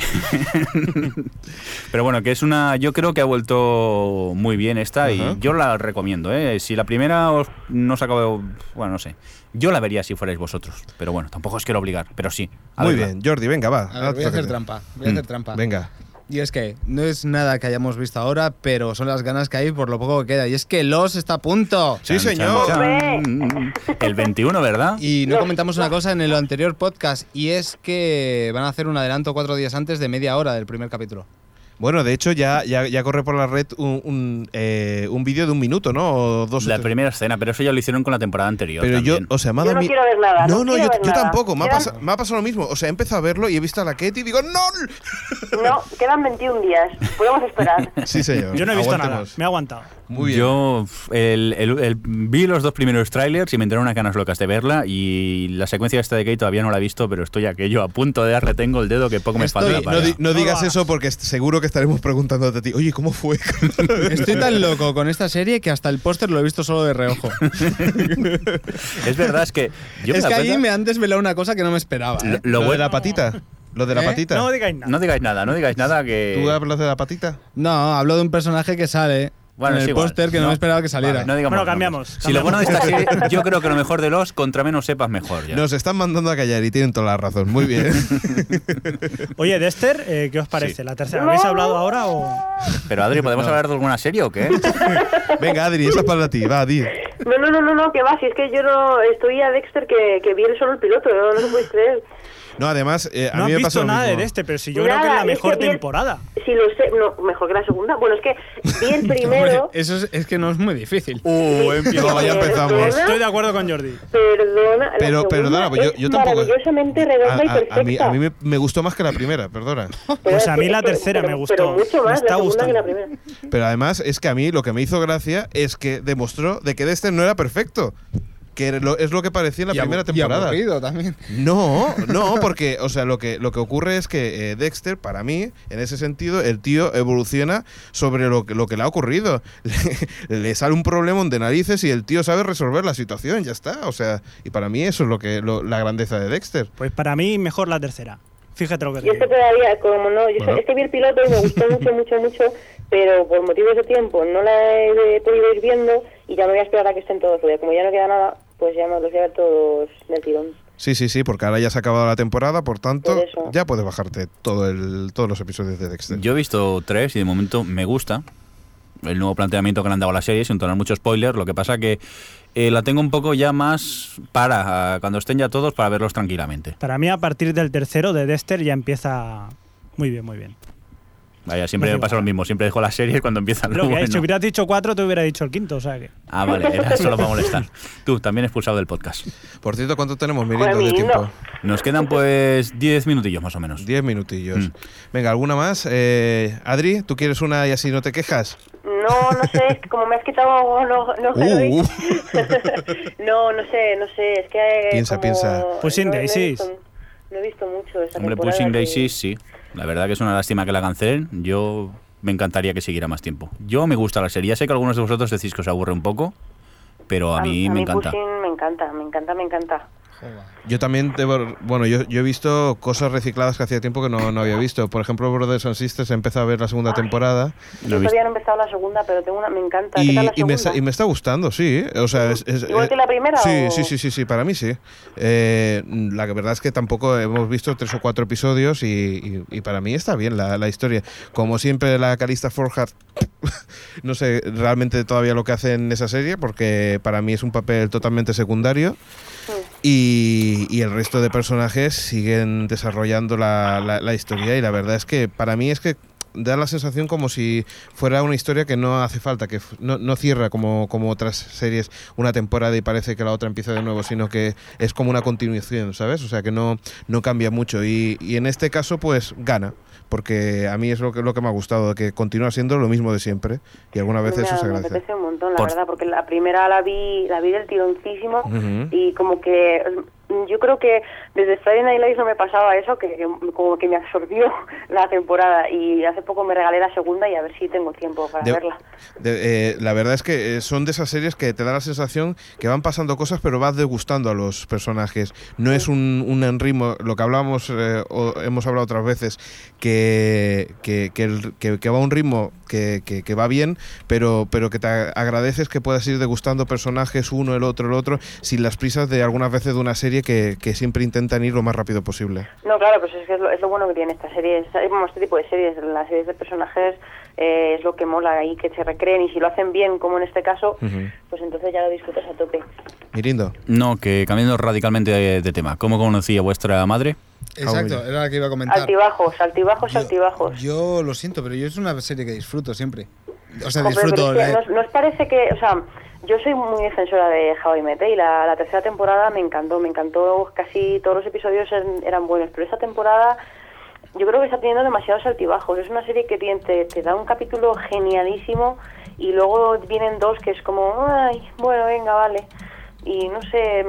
Pero bueno, que es una... Yo creo que ha vuelto muy bien esta y yo la recomiendo, ¿eh? Si la primera no os acabo... Bueno, no sé. Yo la vería si fuerais vosotros. Pero bueno, tampoco os quiero obligar, pero sí. Muy bien, Jordi, venga, va. A ver, voy a hacer trampa. Venga. Y es que no es nada que hayamos visto ahora, pero son las ganas que hay por lo poco que queda. Y es que Los está a punto. Sí, señor. El 21, ¿verdad? Y no comentamos una cosa en el anterior podcast, y es que van a hacer un adelanto 4 días antes de media hora del primer capítulo. Bueno, de hecho ya corre por la red un vídeo de 1 minuto, ¿no? O 2 o La 3. primera escena, pero eso ya lo hicieron con la temporada anterior. Pero también. yo, o sea, me ha Yo dado no mi- quiero ver nada, No, no quiero ver yo nada. tampoco. Me ha Quedan- pasado lo mismo. O sea, he empezado a verlo y he visto a la Katie y digo, ¡no! No, quedan 21 días, podemos esperar. Sí, señor. Yo no he visto nada, Aguantemos. me he aguantado. Muy bien. Yo vi los 2 primeros trailers y me entraron unas ganas locas de verla y la secuencia esta de Kate todavía no la he visto, pero estoy aquello a punto de retengo el dedo que poco me falta No, para... no digas No, eso porque seguro que estaremos preguntándote a ti, oye, ¿cómo fue? Estoy tan loco con esta serie que hasta el póster lo he visto solo de reojo. Es verdad, es que yo Es me que da ahí cuenta- me han desvelado una cosa que no me esperaba. ¿eh? Lo de bueno- la patita. Lo de la ¿Eh? patita. No digáis nada. No digáis nada que... ¿Tú hablas de la patita? No, hablo de un personaje que sale Bueno, en es el igual. póster que no me esperaba que saliera. No digamos Bueno, nombres. cambiamos, Si lo bueno de esta serie, yo creo que lo mejor de los, contra menos sepas mejor. Ya. Nos están mandando a callar y tienen toda la razón. Muy bien. Oye, Dexter, ¿qué os parece? Sí. ¿La tercera? ¿Habéis hablado ahora o...? Pero Adri, ¿podemos hablar de alguna serie o qué? Venga, Adri, esa es para ti. Va, di. No, que va, si es que yo no estoy a Dexter que vi solo el piloto, no se puede creer. No, además, a No mí has me pasó visto lo nada mismo. de Dexter, pero si yo Nada, creo que es la es mejor que vi el- temporada. Sí, lo sé, no, mejor que la segunda. Bueno, es que vi el primero. Hombre, eso es que no es muy difícil. No, ya empezamos. Estoy de acuerdo con Jordi. Perdona, la Pero, segunda perdona, pues es yo tampoco... maravillosamente redonda y perfecta. a mí me gustó más que la primera, perdona. Pero Pues es a mí que- la es que- tercera pero- me gustó. Pero mucho Me más está la segunda gustando. que la primera. Pero además es que a mí lo que me hizo gracia es que demostró de que Dexter no era perfecto. Que es lo que parecía en la primera temporada. Y aburrido también. No, porque, o sea, lo que ocurre es que Dexter, para mí, en ese sentido, el tío evoluciona sobre lo que le ha ocurrido. Le sale un problema de narices y el tío sabe resolver la situación, ya está. O sea, y para mí eso es la grandeza de Dexter. Pues para mí, mejor la tercera. Fíjate lo que te Y es que digo. todavía, como no, yo Bueno. es que vi el piloto y me gustó mucho, pero por motivos de tiempo no la he podido ir viendo y ya me voy a esperar a que estén todos, porque como ya no queda nada, pues ya me los voy a ver todos del tirón. Sí, porque ahora ya se ha acabado la temporada, por tanto, Por eso. ya puedes bajarte todos los episodios de Dexter. Yo he visto 3 y de momento me gusta el nuevo planteamiento que le han dado a la serie, sin tener mucho spoiler. Lo que pasa que la tengo un poco ya más para cuando estén ya todos, para verlos tranquilamente. Para mí, a partir del tercero de Dexter ya empieza muy bien, muy bien. Vaya, siempre No me pasa igual. lo mismo, siempre dejo las series cuando empiezan Lo que bueno. si hubieras dicho 4, te hubiera dicho el quinto, o sea que... Ah, vale, era solo para molestar. Tú, también expulsado del podcast. Por cierto, ¿cuánto tenemos, Mirindo, de Mirindo. tiempo? Nos quedan pues 10 minutillos más o menos. 10 minutillos. Mm. Venga, ¿alguna más? Adri, ¿tú quieres una y así no te quejas? No sé, es que como me has quitado... No sé, es que... Piensa. Pushing no he Daisies. visto- No he visto mucho esa Hombre, temporada. Pushing que- Daisies, sí. La verdad que es una lástima que la cancelen. Yo me encantaría que siguiera más tiempo. Yo me gusta la serie. Ya sé que algunos de vosotros decís que os aburre un poco, pero a mí me encanta. Pushing me encanta. Yo también, yo he visto cosas recicladas que hacía tiempo que no había visto. Por ejemplo, Brothers and Sisters, he empezado a ver la segunda temporada Lo he Yo visto. todavía no he empezado la segunda, pero me encanta. ¿Qué tal la y me segunda? está gustando, sí. O sea, ¿Igual que la primera, Sí, o? sí, para mí sí. La verdad es que tampoco hemos visto 3 o 4 episodios y para mí está bien la historia. Como siempre, la Calista Flockhart, no sé realmente todavía lo que hace en esa serie, porque para mí es un papel totalmente secundario. Y el resto de personajes siguen desarrollando la historia, y la verdad es que para mí es que da la sensación como si fuera una historia que no hace falta, que no cierra como otras series una temporada y parece que la otra empieza de nuevo, sino que es como una continuación, ¿sabes? O sea que no cambia mucho, y en este caso pues gana, porque a mí es lo que me ha gustado, que continúa siendo lo mismo de siempre, y alguna vez eso se Me agradece. apetece un montón, la Por- verdad, porque la primera la vi del tironcísimo. Ujú. Y como que yo creo que desde Friday Night Lights no me pasaba eso, que como que me absorbió la temporada, y hace poco me regalé la segunda y a ver si tengo tiempo para verla. La verdad es que son de esas series que te da la sensación que van pasando cosas, pero vas degustando a los personajes. No es un ritmo, lo que hablábamos o hemos hablado otras veces, que va a un ritmo que va bien, pero que te agradeces que puedas ir degustando personajes uno, el otro, sin las prisas de algunas veces de una serie que siempre intentan ir lo más rápido posible. No, claro, pues es que es lo bueno que tiene esta serie, este tipo de series, las series de personajes es lo que mola ahí, que se recreen, y si lo hacen bien, como en este caso, Ujú. pues entonces ya lo disfrutas a tope. Mirindo. No, que cambiando radicalmente de tema. ¿Cómo conocía vuestra madre? Exacto, era la que iba a comentar. Altibajos. Yo lo siento, pero yo es una serie que disfruto siempre. O sea, Joder, disfruto. pero es que ¿no os parece que, o sea, yo soy muy defensora de How I Met, y la tercera temporada me encantó, casi todos los episodios eran buenos, pero esta temporada yo creo que está teniendo demasiados altibajos. Es una serie que te da un capítulo genialísimo y luego vienen dos que es como, ay, bueno, venga, vale. Y no sé,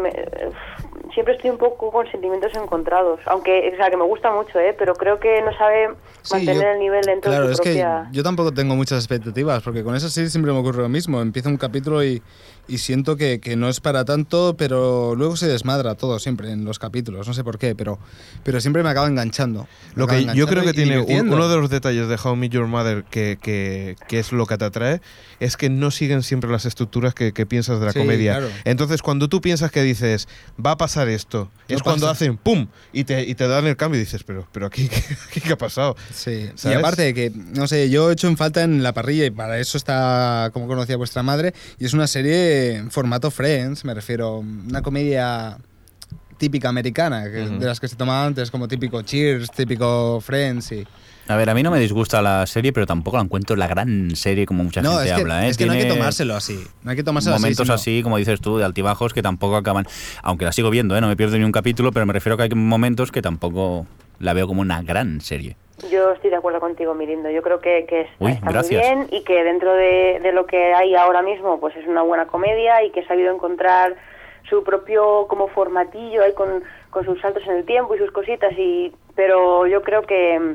siempre estoy un poco con sentimientos encontrados, aunque, o sea, que me gusta mucho, pero creo que no sabe mantener el nivel dentro claro, de su es propia... que yo tampoco tengo muchas expectativas, porque con esa serie siempre me ocurre lo mismo. Empieza un capítulo y siento que no es para tanto, pero luego se desmadra todo siempre en los capítulos, no sé por qué, pero siempre me acaba enganchando. Lo que yo creo que tiene uno de los detalles de How I Met Your Mother que es lo que te atrae, es que no siguen siempre las estructuras que piensas de la Sí, comedia. claro. Entonces, cuando tú piensas que dices, va a pasar esto, No es cuando pasa. hacen ¡pum! Y te dan el cambio y dices, pero aquí, ¿qué ha pasado? Sí, ¿Sabes? y aparte de que, no sé, yo he hecho en falta en la parrilla, y para eso está Como conocía vuestra madre, y es una serie en formato Friends, me refiero, una comedia típica americana, de las que se tomaban antes, como típico Cheers, típico Friends, y... A ver, a mí no me disgusta la serie, pero tampoco la encuentro la gran serie como mucha No, gente es que, habla. es que no hay que Tiene tomárselo así, no hay que tomárselo momentos así, así, como dices tú, de altibajos que tampoco acaban. Aunque la sigo viendo, no me pierdo ni un capítulo, pero me refiero a que hay momentos que tampoco la veo como una gran serie. Yo estoy de acuerdo contigo, Mirindo. Yo creo que Uy, está muy gracias. bien, y que dentro de lo que hay ahora mismo, pues es una buena comedia, y que ha sabido encontrar su propio como formatillo ahí con sus saltos en el tiempo y sus cositas, pero yo creo que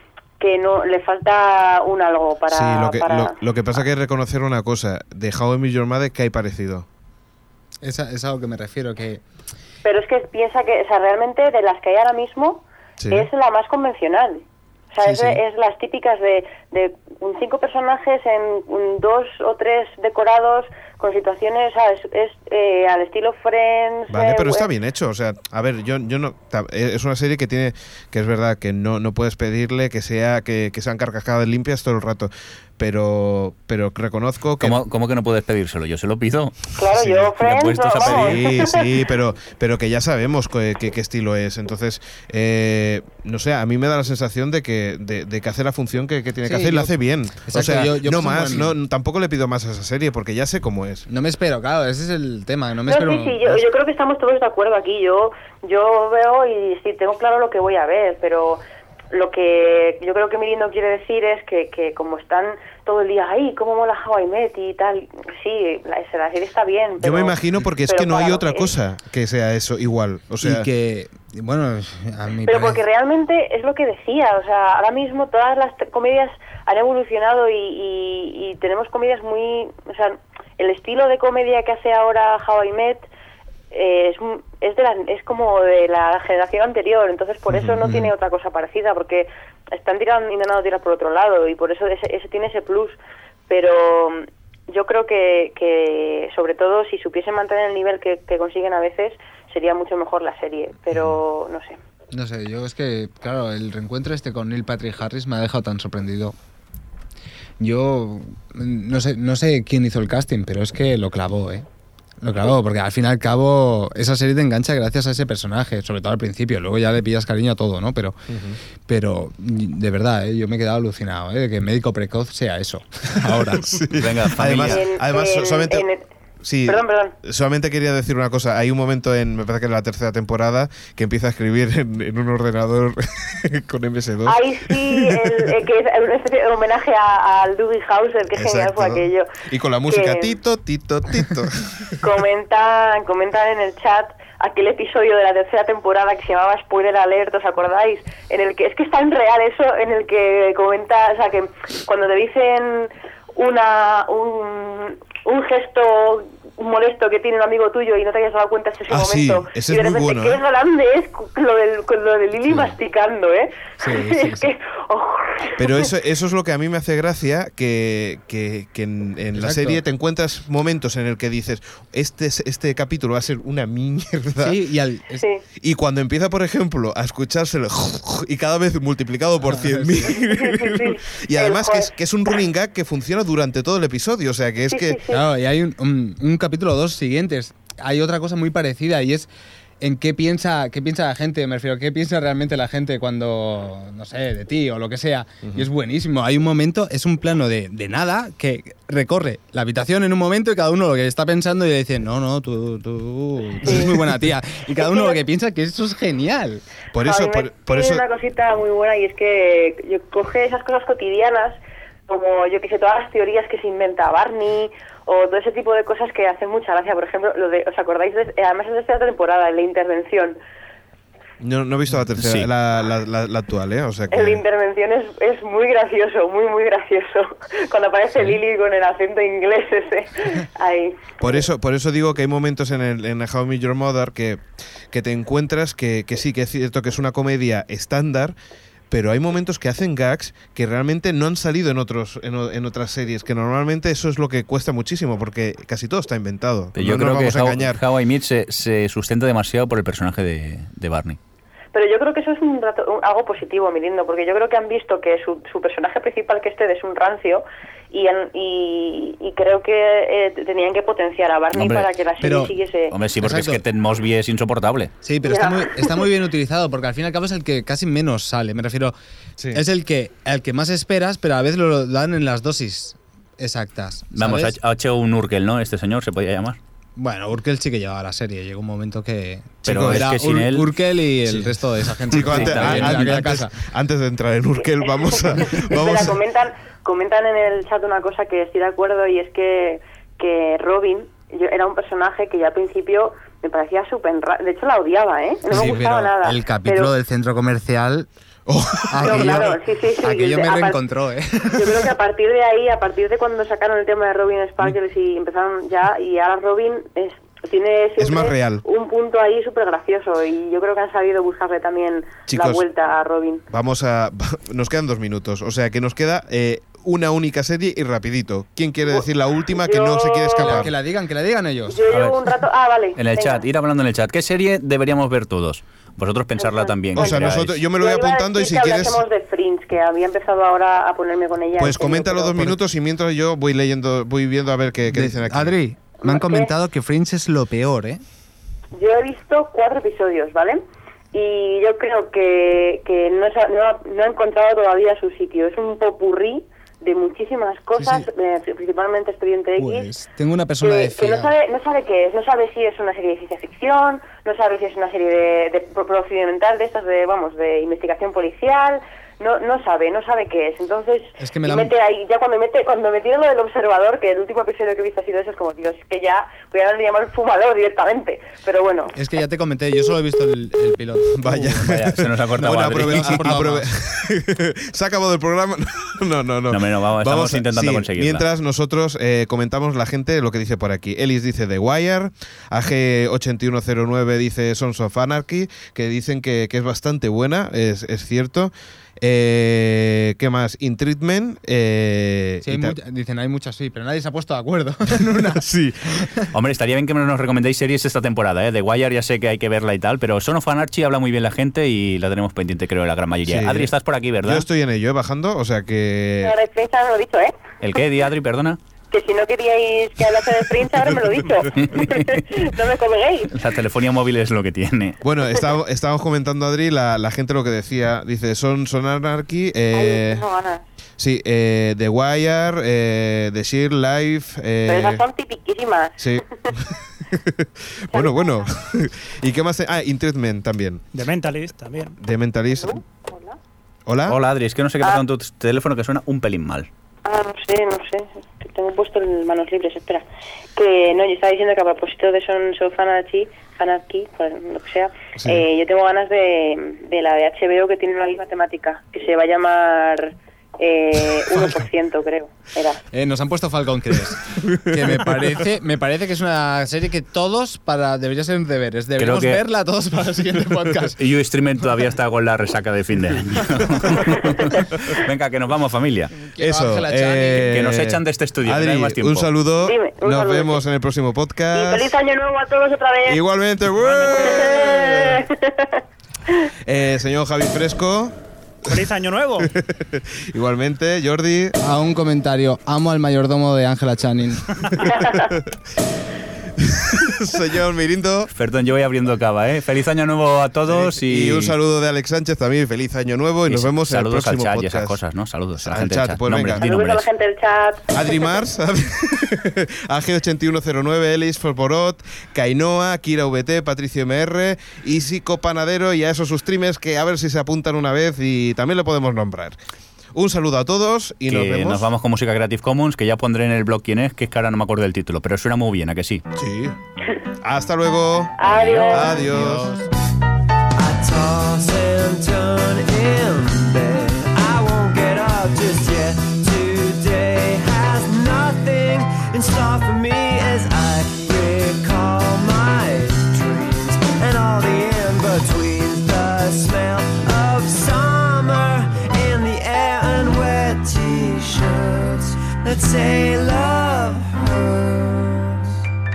no le falta un algo para... Sí, lo que pasa que hay que reconocer una cosa, de How I Met Your Mother, que hay parecido. Es a lo que me refiero, que... Pero es que piensa que, o sea, realmente de las que hay ahora mismo Sí. es la más convencional. O sea, Sí, es las típicas de 5 personajes en 2 o 3 decorados con situaciones, ¿sabes? Es al estilo Friends. Vale, pero está bien hecho. O sea, a ver, yo no. Es una serie que tiene. Que es verdad que no puedes pedirle que sean carcajadas limpias todo el rato. Pero reconozco que. ¿Cómo que no puedes pedírselo? Yo se lo pido. Claro, Sí, yo Friends. puestos a vamos. pedir. Sí, pero que ya sabemos qué estilo es. Entonces, no sé, a mí me da la sensación de que hace la función que tiene que Sí, hacer y lo yo- hace bien. Exacto, o sea, yo no pues, más, bueno, tampoco le pido más a esa serie porque ya sé cómo es. No me espero, claro, ese es el tema. No me No, espero. sí, yo creo que estamos todos de acuerdo aquí. Yo veo y sí, tengo claro lo que voy a ver, pero lo que yo creo que Mirindo quiere decir es que como están todo el día ahí, cómo mola How I Met y tal, sí, la serie está bien. Yo pero- me imagino porque es pero que no para hay lo otra que cosa que sea eso igual. O sea, y que, bueno, a mí Pero porque realmente es lo que decía, o sea, ahora mismo todas las comedias han evolucionado y tenemos comedias muy, o sea, el estilo de comedia que hace ahora How I Met es es como de la generación anterior, entonces por eso no tiene otra cosa parecida, porque están intentando tirar por otro lado y por eso ese tiene ese plus, pero yo creo que sobre todo si supiesen mantener el nivel que consiguen a veces sería mucho mejor la serie, pero no sé. No sé, yo es que, claro, el reencuentro con Neil Patrick Harris me ha dejado tan sorprendido. Yo no sé quién hizo el casting, pero es que lo clavó, ¿eh? Lo clavó, porque al fin y al cabo esa serie te engancha gracias a ese personaje, sobre todo al principio, luego ya le pillas cariño a todo, ¿no? Pero de verdad, yo me he quedado alucinado, de que Médico Precoz sea eso, ahora. Venga, familia. Además, solamente... Sí, Perdón. solamente quería decir una cosa. Hay un momento me parece que en la tercera temporada, que empieza a escribir en un ordenador con MS2. Ay, sí, que es una especie de homenaje al Doogie Howser, que genial fue Exacto. aquello. Y con la música Que Tito, Tito, Tito. comentan en el chat aquel episodio de la tercera temporada que se llamaba Spoiler Alert, ¿os acordáis? En el que es que tan real eso, en el que comenta, o sea, que cuando te dicen un gesto molesto que tiene un amigo tuyo y no te hayas dado cuenta hasta ese momento, ese y de es muy repente bueno, qué ¿eh? grande es lo de Lily masticando, ¿eh? Sí, es que Pero eso es lo que a mí me hace gracia, que en la Exacto. serie te encuentras momentos en el que dices, este capítulo va a ser una mierda. Sí, sí. Y cuando empieza, por ejemplo, a escuchárselo y cada vez multiplicado por 100.000. Y además que es un running gag que funciona durante todo el episodio. O sea, que es que... Claro, y hay un capítulo 2 siguientes. Hay otra cosa muy parecida y es en qué piensa la gente, me refiero, qué piensa realmente la gente cuando, no sé, de ti o lo que sea. Y es buenísimo. Hay un momento, es un plano de nada que recorre la habitación en un momento y cada uno lo que está pensando y le dice, no, tú eres muy buena tía. Y cada uno lo que piensa, que eso es genial. Por A eso... mí me por tiene eso una cosita muy buena y es que yo coge esas cosas cotidianas, como yo que sé, todas las teorías que se inventa Barney o todo ese tipo de cosas que hacen mucha gracia. Por ejemplo, ¿os acordáis? Además es de esta temporada, en La Intervención. no he visto la tercera, Sí. la actual, ¿eh? O sea que... En La Intervención es muy gracioso, muy gracioso. Cuando aparece Lily con el acento inglés ese. Ahí. Por eso digo que hay momentos en How I Met Your Mother que te encuentras que sí, que es cierto que es una comedia estándar, pero hay momentos que hacen gags que realmente no han salido en otras series, que normalmente eso es lo que cuesta muchísimo, porque casi todo está inventado. Pero yo no nos creo que vamos a engañar. How I Met se sustenta demasiado por el personaje de Barney. Pero yo creo que eso es algo positivo, Mirindo, porque yo creo que han visto que su personaje principal, que es un rancio, y creo que tenían que potenciar a Barney Hombre, para que la serie pero- siguiese... Hombre, sí, porque Exacto. es que Ted Mosby es insoportable. Sí, pero Ya. está muy bien utilizado porque al fin y al cabo es el que casi menos sale. Me refiero, Sí. es el que más esperas, pero a la vez lo dan en las dosis exactas. Vamos, ¿sabes? ha hecho un Urkel, ¿no? Este señor se podía llamar. Bueno, Urkel sí que llevaba la serie. Llegó un momento que... Pero Chico, es era que sin él- Urkel y el Sí. resto de esa gente. Chico, Sí, antes, también, antes- en la antes- casa. antes de entrar en Urkel, vamos a... Espera, comentan en el chat una cosa que estoy de acuerdo, y es que Robin era un personaje que ya al principio me parecía súper... De hecho, la odiaba, ¿eh? No Sí, me gustaba pero nada. el capítulo Pero- del centro comercial... aquello, claro, sí, aquello me aparte- reencontró, ¿eh? Yo creo que a partir de ahí, a partir de cuando sacaron el tema de Robin Sparkles y empezaron ya, y ahora Robin tiene siempre Es más real. un punto ahí súper gracioso y yo creo que han sabido buscarle también Chicos, la vuelta a Robin. Nos quedan 2 minutos, o sea que nos queda una única serie y rapidito. ¿Quién quiere decir la última que no se quiere escapar? Que la digan ellos. Yo A ver. llevo un rato... Ah, vale. En el venga. chat, ir hablando en el chat. ¿Qué serie deberíamos ver todos? Vosotros pensarla también. O sea, que nosotros, queráis. yo me lo voy Yo iba a apuntando y decir si que quieres... hablásemos de Fringe, que había empezado ahora a ponerme con ella. Pues en serio, comenta los pero- 2 minutos y mientras yo voy leyendo, voy viendo a ver qué dicen aquí. Adri, me han ¿Qué? comentado que Fringe es lo peor, ¿eh? Yo he visto 4 episodios, ¿vale? Y yo creo que no ha encontrado todavía su sitio. Es un popurrí de muchísimas cosas, principalmente Expediente X. Pues tengo una persona de que no sabe qué es, no sabe si es una serie de ciencia ficción, no sabe si es una serie de procedimental de estas de investigación policial, no sabe qué es. Entonces, Es que me y la- mete ahí, ya cuando metieron lo del observador, que el último episodio que he visto ha sido eso, es como, Dios, es que ya voy a llamar fumador directamente. Pero bueno, Es que ya te comenté, yo solo he visto el piloto. Vaya. Vaya, se nos ha cortado Bueno, Adri. ¿Se ha acabado el programa? No. No, estamos intentando conseguirla. Mientras nosotros comentamos la gente lo que dice por aquí. Ellis dice The Wire, AG8109 dice Sons of Anarchy, que dicen que es bastante buena, es cierto. ¿Qué más? In Treatment. Sí, dicen, hay muchas, sí, pero nadie se ha puesto de acuerdo en una. Sí. Hombre, estaría bien que nos recomendéis series esta temporada, ¿eh? The Wire ya sé que hay que verla y tal, pero Son of Anarchy habla muy bien la gente y la tenemos pendiente, creo, la gran mayoría. Sí. Adri, estás por aquí, ¿verdad? Yo estoy en ello, bajando, o sea que... la defensa no lo he dicho, ¿eh? ¿El qué, Di, Adri, perdona? Que si no queríais que hablase de Fringe, ahora me lo he dicho. No me colguéis. La telefonía móvil es lo que tiene. Bueno, estábamos comentando, Adri, la gente lo que decía. Dice, son Anarchy, Ay, no ganas. sí, The Wire, The Sheer Life... Pero esas son tipiquísimas. Sí. Bueno. ¿Y qué más? In Treatment también. The Mentalist también. The Mentalist. Hola. ¿Hola? Hola, Adri, es que no sé qué pasa con tu teléfono que suena un pelín mal. Ah, no sé. Tengo puesto en manos libres, espera. Que no, yo estaba diciendo que a propósito de Sons of Anarchy, pues, lo que sea, Sí. yo tengo ganas de la de HBO que tiene una misma temática, que se va a llamar 1%, creo. Era. Nos han puesto Falcon Crest, que me parece que es una serie que todos debería ser un deberes. Deberíamos Creo que- verla todos para el siguiente podcast. Y Streamer todavía está con la resaca de fin de año. Venga, que nos vamos, familia. Quiero Eso. Ángela Chan Que nos echan de este estudio, que Adri, no hay más tiempo. un saludo. Dime, un Nos saludo, vemos sí. en el próximo Y podcast. feliz año nuevo a todos otra vez. Igualmente. Señor Javi Fresco. ¡Feliz año nuevo! Igualmente, Jordi. A un comentario, amo al mayordomo de Ángela Channing. Señor Mirindo. Perdón, yo voy abriendo cava, ¿eh? Feliz año nuevo a todos Y un saludo de Alex Sánchez también. Feliz año nuevo y nos vemos en el saludos próximo al chat podcast. y esas cosas, ¿no? Saludos a la Al gente chat, del chat. pues Nombres, venga. di Saludos a la nombres. gente del chat. Adri Mars, AG8109, Elis Forporot, Kainoa, Kira VT, Patricio MR, Isico Panadero y a esos streamers que a ver si se apuntan una vez y también lo podemos nombrar. Un saludo a todos y nos Que vemos. nos vamos con música Creative Commons, que ya pondré en el blog quién es, que es que ahora no me acuerdo del título, pero suena muy bien, ¿a que sí? Sí. Hasta luego. Adiós. Adiós. I toss and turn in bed. I won't get up just yet. Today has nothing in store for me as I recall my dreams and all the in-betweens. The smell of summer in the air and wet t-shirts that say love hurts.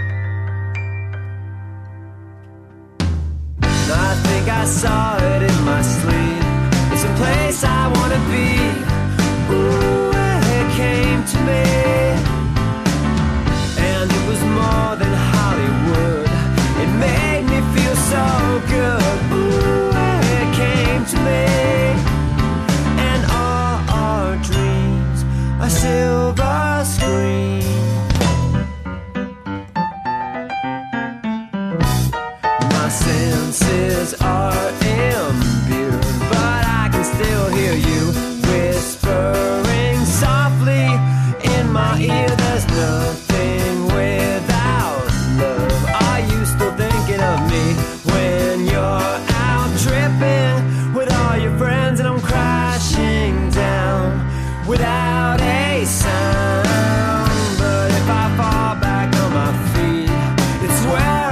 I think I saw it in my sleep. It's a place I wanna be. Ooh, it came to me, and it was more than Hollywood. It made me feel so good. Ooh, it came to me, and all our dreams are silver screen. My senses are imbued, but I can still hear you whispering softly in my ear. There's nothing without love. Are you still thinking of me when you're out tripping with all your friends and I'm crashing down without a sound? But if I fall back on my feet, it's where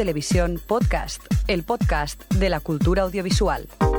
Televisión Podcast, el podcast de la cultura audiovisual.